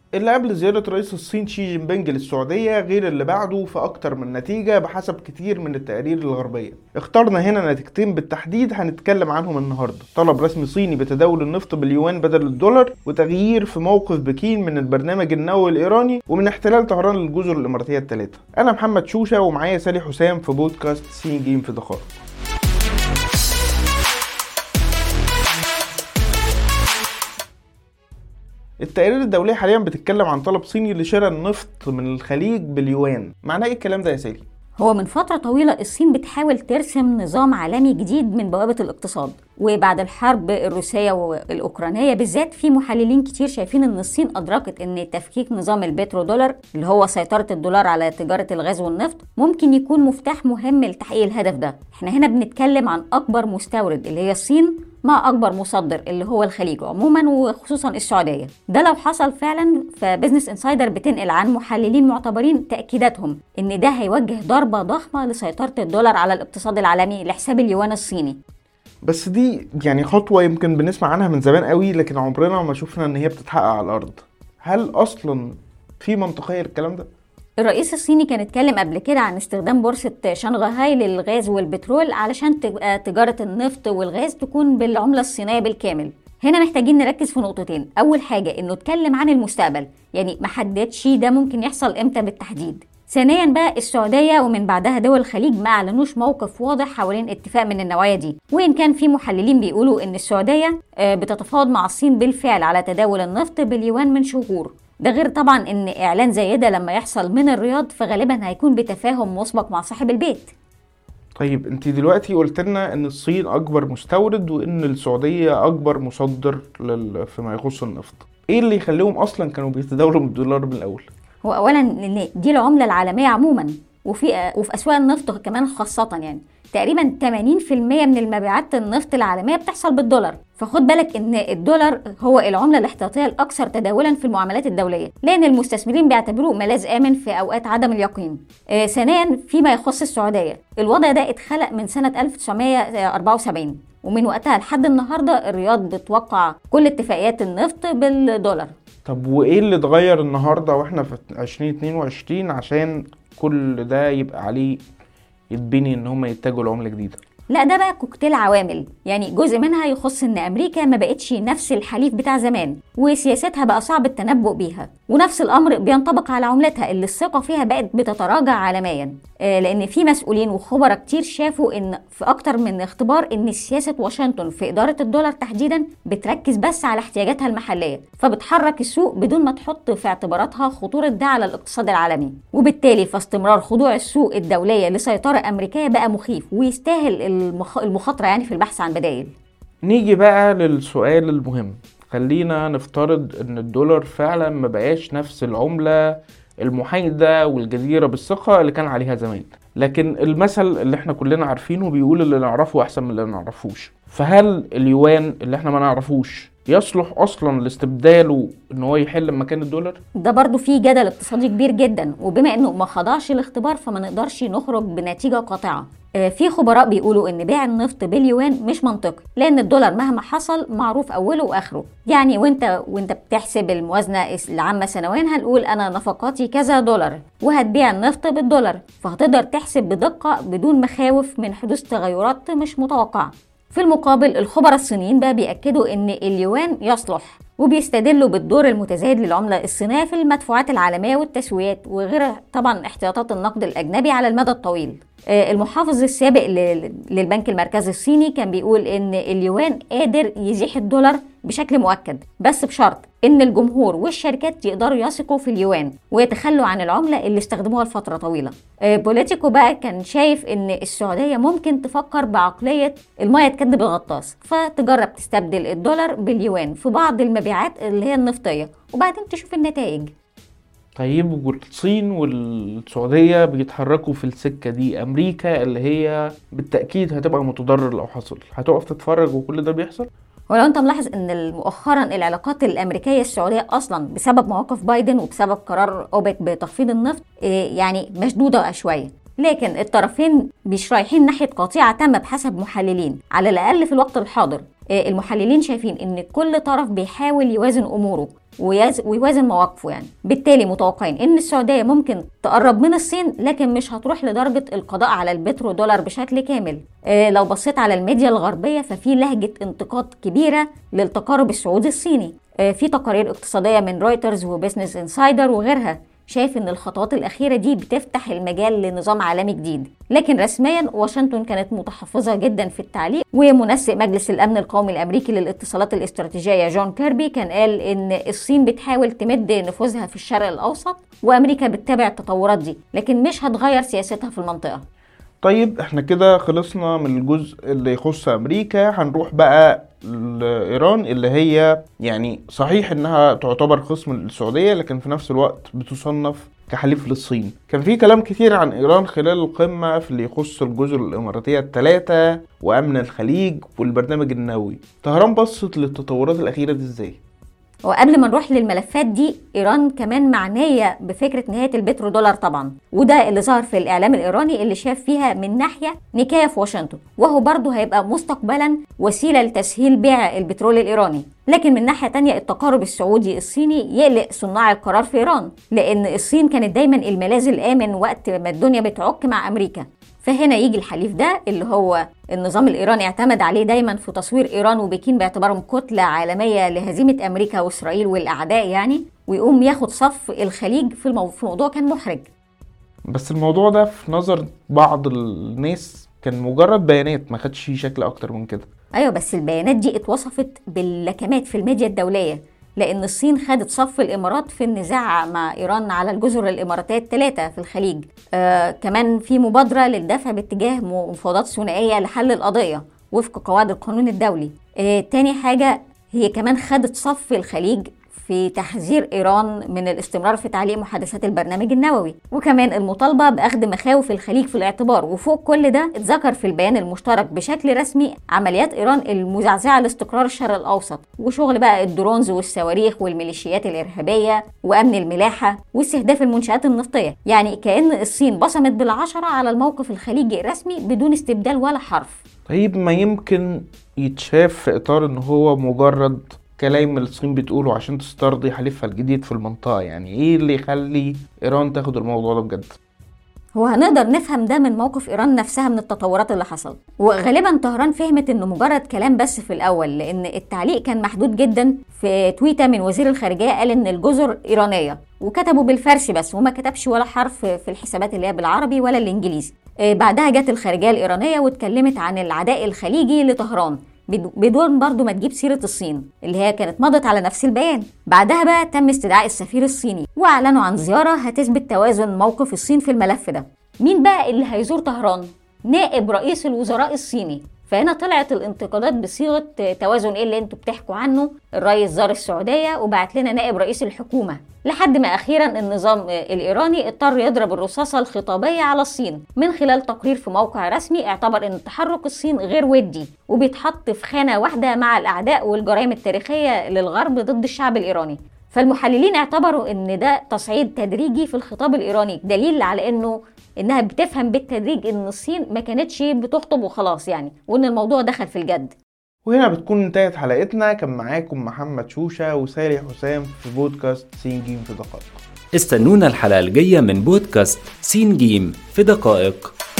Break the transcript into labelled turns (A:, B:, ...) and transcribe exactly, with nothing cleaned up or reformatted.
A: اللي قبل زيارة رئيس الصين شي جين بينج للسعودية غير اللي بعده في أكتر من نتيجة بحسب كتير من التقارير الغربية. اخترنا هنا نتيجتين بالتحديد هنتكلم عنهم النهاردة: طلب رسمي صيني بتداول النفط باليوان بدل الدولار، وتغيير في موقف بكين من البرنامج النووي الإيراني، ومن احتلال طهران للجزر الإماراتية الثلاثة. أنا محمد شوشة ومعايا سالي حسام في بودكاست سين جيم في دقائق. التقارير الدولية حاليا بتتكلم عن طلب صيني لشراء النفط من الخليج باليوان. معناه ايه الكلام ده يا سالي؟
B: هو من فترة طويلة الصين بتحاول ترسم نظام عالمي جديد من بوابة الاقتصاد، وبعد الحرب الروسية والأوكرانية بالذات في محللين كتير شايفين ان الصين أدركت ان تفكيك نظام البترو دولار اللي هو سيطرة الدولار على تجارة الغاز والنفط ممكن يكون مفتاح مهم لتحقيق الهدف ده. احنا هنا بنتكلم عن أكبر مستورد اللي هي الصين مع أكبر مصدر اللي هو الخليج عموما وخصوصا السعودية. ده لو حصل فعلا فبزنس انسايدر بتنقل عن محللين معتبرين تأكيداتهم ان ده هيوجه ضربة ضخمة لسيطرة الدولار على الاقتصاد العالمي لحساب اليوان الصيني.
A: بس دي يعني خطوة يمكن بنسمع عنها من زمان قوي، لكن عمرنا ما شفنا ان هي بتتحقق على الأرض. هل أصلا في منطقية الكلام ده؟
B: الرئيس الصيني كان اتكلم قبل كده عن استخدام بورصة شنغهاي للغاز والبترول علشان تجارة النفط والغاز تكون بالعملة الصينية بالكامل. هنا محتاجين نركز في نقطتين. أول حاجة إنه اتكلم عن المستقبل، يعني محددش ده ممكن يحصل إمتى بالتحديد. ثانيا بقى السعودية ومن بعدها دول الخليج ما اعلنوش موقف واضح حوالين اتفاق من النوعية دي، وإن كان في محللين بيقولوا إن السعودية بتتفاوض مع الصين بالفعل على تداول النفط باليوان من شهور. ده غير طبعا ان اعلان زي ده لما يحصل من الرياض فغالبا هيكون بتفاهم مسبق مع صاحب البيت.
A: طيب انت دلوقتي قلت لنا ان الصين اكبر مستورد وان السعودية اكبر مصدر لل... فيما يخص النفط. ايه اللي يخليهم اصلا كانوا بيتداولوا بالدولار من الاول؟
B: هو اولا ان دي العملة العالمية عموما، وفي وفي اسواق النفط كمان خاصة، يعني تقريبا ثمانين بالمية من المبيعات النفط العالمية بتحصل بالدولار. فخد بالك ان الدولار هو العملة الاحتياطية الاكثر تداولا في المعاملات الدولية، لان المستثمرين بيعتبروه ملاذ امن في اوقات عدم اليقين. آه ثانيا فيما يخص السعودية، الوضع ده اتخلق من سنة ألف وتسعمية أربعة وسبعين، ومن وقتها لحد النهاردة الرياض بتوقع كل اتفاقيات النفط بالدولار.
A: طب وايه اللي اتغير النهاردة واحنا في عشرين اتنين وعشرين عشان كل ده يبقى عليه يتبني ان هم يتجهوا لعملة جديدة؟
B: لا ده بقى كوكتيل عوامل، يعني جزء منها يخص ان امريكا ما بقتش نفس الحليف بتاع زمان وسياستها بقى صعب التنبؤ بيها، ونفس الامر بينطبق على عملتها اللي الثقة فيها بقت بتتراجع عالميا. آه لان في مسؤولين وخبراء كتير شافوا ان في اكتر من اختبار ان سياسة واشنطن في ادارة الدولار تحديدا بتركز بس على احتياجاتها المحلية، فبتحرك السوق بدون ما تحط في اعتباراتها خطورة ده على الاقتصاد العالمي، وبالتالي فاستمرار خضوع السوق الدولية لسيطرة امريكية بقى مخيف ويستاهل المخاطرة يعني في البحث عن بدائل.
A: نيجي بقى للسؤال المهم. خلينا نفترض ان الدولار فعلا ما بقاش نفس العملة المحايدة والجديرة بالثقة اللي كان عليها زمان، لكن المثل اللي احنا كلنا عارفينه بيقول اللي نعرفه احسن من اللي نعرفوش. فهل اليوان اللي احنا ما نعرفوش يصلح اصلا لاستبداله ان هو يحل مكان الدولار؟
B: ده برضو فيه جدل اقتصادي كبير جدا، وبما انه ما خضعش الاختبار فما نقدرش نخرج بنتيجة قاطعة. في خبراء بيقولوا ان بيع النفط باليوان مش منطقي، لان الدولار مهما حصل معروف اوله واخره. يعني وانت وانت بتحسب الموازنه العامه سنويا هنقول انا نفقاتي كذا دولار وهتبيع النفط بالدولار، فهتقدر تحسب بدقه بدون مخاوف من حدوث تغيرات مش متوقعه. في المقابل الخبراء الصينيين بقى بيأكدوا ان اليوان يصلح، وبيستدلوا بالدور المتزايد للعملة الصينية في المدفوعات العالمية والتسويات، وغير طبعا احتياطات النقد الأجنبي على المدى الطويل. المحافظ السابق للبنك المركزي الصيني كان بيقول ان اليوان قادر يزيح الدولار بشكل مؤكد، بس بشرط ان الجمهور والشركات يقدروا يثقوا في اليوان ويتخلوا عن العملة اللي استخدموها لفترة طويلة. بوليتيكو بقى كان شايف ان السعودية ممكن تفكر بعقلية المية تكدب الغطاس، فتجرب تستبدل الدولار باليوان في بعض المبيعات اللي هي النفطية وبعدين تشوف النتائج.
A: طيب والصين والسعودية بيتحركوا في السكة دي، أمريكا اللي هي بالتأكيد هتبقى متضرر لو حصل هتقف تتفرج وكل ده بيحصل؟
B: ولو انت ملاحظ ان مؤخرا العلاقات الامريكيه السعوديه اصلا بسبب مواقف بايدن وبسبب قرار اوبك بتخفيض النفط يعني مشدوده شويه، لكن الطرفين مش رايحين ناحيه قطيعه تامه بحسب محللين على الاقل في الوقت الحاضر. المحللين شايفين ان كل طرف بيحاول يوازن اموره ويوازن مواقفه، يعني بالتالي متوقعين ان السعوديه ممكن تقرب من الصين، لكن مش هتروح لدرجه القضاء على البترو دولار بشكل كامل. لو بصيت على الميديا الغربيه ففي لهجه انتقاد كبيره للتقارب السعودي الصيني. في تقارير اقتصاديه من رويترز وبيزنس انسايدر وغيرها شايف ان الخطوات الاخيره دي بتفتح المجال لنظام عالمي جديد، لكن رسميا واشنطن كانت متحفظه جدا في التعليق. ومنسق مجلس الامن القومي الامريكي للاتصالات الاستراتيجيه جون كيربي كان قال ان الصين بتحاول تمد نفوذها في الشرق الاوسط وامريكا بتتابع التطورات دي، لكن مش هتغير سياستها في المنطقه.
A: طيب احنا كده خلصنا من الجزء اللي يخص امريكا، هنروح بقى لإيران اللي هي يعني صحيح انها تعتبر خصم للسعودية، لكن في نفس الوقت بتصنف كحليف للصين. كان في كلام كتير عن إيران خلال القمة في اللي يخص الجزر الإماراتية الثلاثة وأمن الخليج والبرنامج النووي. طهران بصت للتطورات الأخيرة دي ازاي؟
B: وقبل ما نروح للملفات دي، إيران كمان معنية بفكرة نهاية البترو دولار طبعا، وده اللي ظهر في الإعلام الإيراني اللي شاف فيها من ناحية نكاية في واشنطن، وهو برضه هيبقى مستقبلا وسيلة لتسهيل بيع البترول الإيراني. لكن من ناحية تانية التقارب السعودي الصيني يقلق صناع القرار في إيران، لأن الصين كانت دايما الملاذ الآمن وقت ما الدنيا بتعك مع أمريكا. فهنا يجي الحليف ده اللي هو النظام الإيراني اعتمد عليه دايما في تصوير إيران وبكين باعتبارهم كتلة عالمية لهزيمة أمريكا وإسرائيل والأعداء يعني، ويقوم ياخد صف الخليج في الموضوع, في موضوع كان محرج.
A: بس الموضوع ده في نظر بعض الناس كان مجرد بيانات، ما خدش شكل أكتر من كده.
B: أيوة، بس البيانات دي اتوصفت باللكمات في الميديا الدولية، لأن الصين خدت صف الإمارات في النزاع مع إيران على الجزر الإماراتية الثلاثة في الخليج. آه كمان في مبادرة للدفع باتجاه مفاوضات ثنائية لحل القضية وفق قواعد القانون الدولي. آه تاني حاجة، هي كمان خدت صف الخليج في تحذير إيران من الاستمرار في تعليق محادثات البرنامج النووي، وكمان المطالبة بأخذ مخاوف الخليج في الاعتبار. وفوق كل ده اتذكر في البيان المشترك بشكل رسمي عمليات إيران المزعزعة لاستقرار الشرق الأوسط، وشغل بقى الدرونز والصواريخ والميليشيات الإرهابية وأمن الملاحة واستهداف المنشآت النفطية. يعني كأن الصين بصمت بالعشرة على الموقف الخليجي الرسمي بدون استبدال ولا حرف.
A: طيب ما يمكن يتشاف في إطار إن هو مجرد كلام الصين بتقوله عشان تسترضي حليفها الجديد في المنطقة؟ يعني ايه اللي يخلي ايران تاخد الموضوع ده بجد؟
B: هو هنقدر نفهم ده من موقف ايران نفسها من التطورات اللي حصل، وغالبا طهران فهمت انه مجرد كلام بس في الاول، لان التعليق كان محدود جدا. في تويته من وزير الخارجيه قال ان الجزر ايرانيه، وكتبوا بالفارسي بس وما كتبش ولا حرف في الحسابات اللي هي بالعربي ولا الانجليزي. بعدها جت الخارجيه الايرانيه واتكلمت عن العداء الخليجي لطهران بدون برضو ما تجيب سيرة الصين اللي هي كانت مضت على نفس البيان. بعدها بقى تم استدعاء السفير الصيني واعلنوا عن زيارة هتثبت توازن موقف الصين في الملف ده. مين بقى اللي هيزور طهران؟ نائب رئيس الوزراء الصيني. فهنا طلعت الانتقادات بصيغة توازن ايه اللي انتوا بتحكوا عنه؟ الرئيس زار السعودية وبعت لنا نائب رئيس الحكومة، لحد ما اخيرا النظام الايراني اضطر يضرب الرصاصة الخطابية على الصين من خلال تقرير في موقع رسمي اعتبر ان تحرك الصين غير ودي وبيتحط في خانة واحدة مع الاعداء والجرائم التاريخية للغرب ضد الشعب الايراني. فالمحللين اعتبروا ان ده تصعيد تدريجي في الخطاب الايراني، دليل على انه انها بتفهم بالتدريج ان الصين ما كانتش بتخطب وخلاص يعني، وان الموضوع دخل في الجد.
A: وهنا بتكون انتهت حلقتنا. كان معاكم محمد شوشة وسالي حسام في بودكاست سين جيم في دقائق.
C: استنونا الحلقة الجاية من بودكاست سين جيم في دقائق.